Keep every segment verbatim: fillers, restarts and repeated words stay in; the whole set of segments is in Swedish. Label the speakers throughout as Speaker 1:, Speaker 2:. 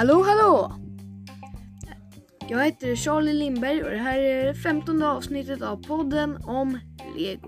Speaker 1: Hallå, hallå! Jag heter Charlie Lindberg och det här är det femtonde avsnittet av podden om Lego.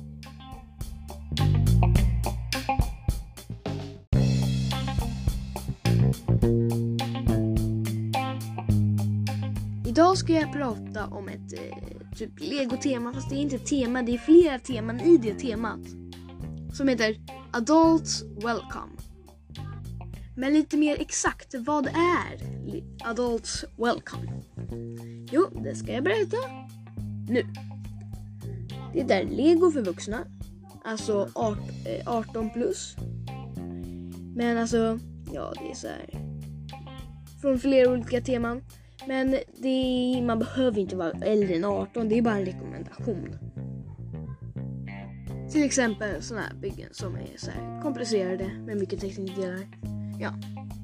Speaker 1: Idag ska jag prata om ett eh, typ Lego-tema, fast det är inte ett tema, det är flera teman i det temat. Som heter Adults Welcome. Men lite mer exakt, vad är Adults Welcome? Jo, det ska jag berätta nu. Det är Lego för vuxna, alltså arton plus. Men alltså, ja det är så här från flera olika teman. Men det är, man behöver inte vara äldre än arton, det är bara en rekommendation. Till exempel sådana här byggen som är så här komplicerade med mycket teknikdelar. Ja.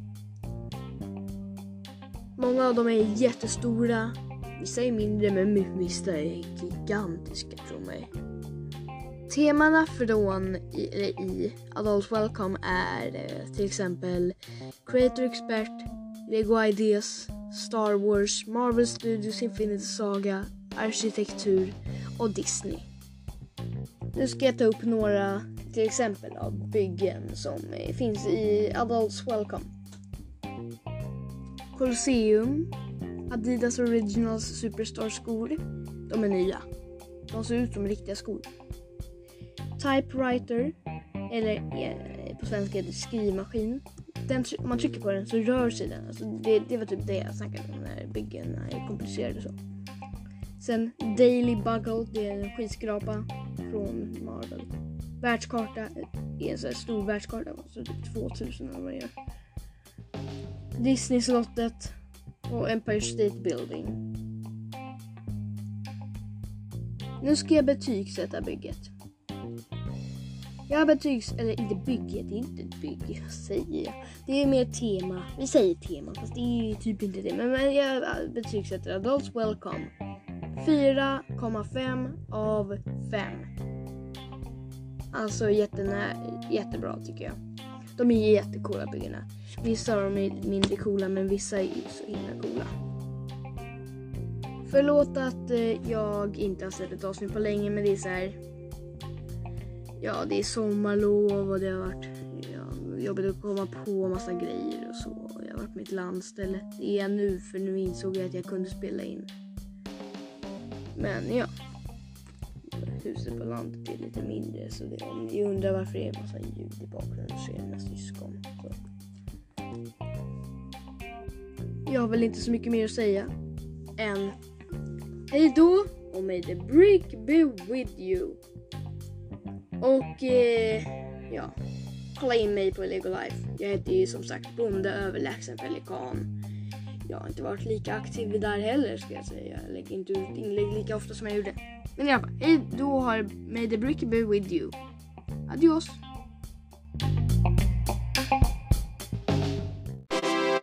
Speaker 1: Många av dem är jättestora. Vissa är mindre, men vissa är gigantiska, tror mig. Temana från i, i Adult Welcome är till exempel Creator Expert, Lego Ideas, Star Wars, Marvel Studios Infinity Saga, arkitektur och Disney. Nu ska jag ta upp några till exempel av byggen som finns i Adults Welcome. Colosseum, Adidas Originals Superstar-skor. De är nya. De ser ut som riktiga skor. Typewriter, eller på svenska heter det skrivmaskin. Den, om man trycker på den så rör sig den. Alltså det, det var typ det jag snackade om när byggen är komplicerade så. Sen Daily Bugle, det är en skyskrapa från Marvel. Världskarta är en sån här stor världskarta, så typ tvåtusen eller vad det är. Disney-slottet och Empire State Building. Nu ska jag betygsätta bygget. Jag betygs, eller inte bygget, det är inte ett bygge, vad säger jag? Det är mer tema, vi säger tema, fast det är typ inte det. Men, men jag betygsätter Adults Welcome fyra komma fem av fem. Alltså jättenä, jättebra tycker jag. De är jättecoola byggena. Vissa av dem är mindre coola, men vissa är ju så himla coola. Förlåt att eh, jag inte har sett ett avsnitt på länge, men det är så här. Ja, det är sommarlov och det har varit ja, jobbigt att komma på massa grejer och så. Jag har varit mitt landställe. Det är jag nu, för nu insåg jag att jag kunde spela in. Men ja, huset på landet är lite mindre, så det, om ni undrar varför det är en massa ljud i bakgrunden så är det mina syskon. Så. Jag har väl inte så mycket mer att säga än hej då och may the brick be with you. Och eh, ja, kolla in mig på Lego Life. Jag heter ju som sagt Bonde Överlägsen Pelikan. Jag har inte varit lika aktiv där heller, ska jag säga. Jag lägger inte ut inlägg lika ofta som jag gjorde. Men i alla fall, hej då, har May the brick be with you. Adios.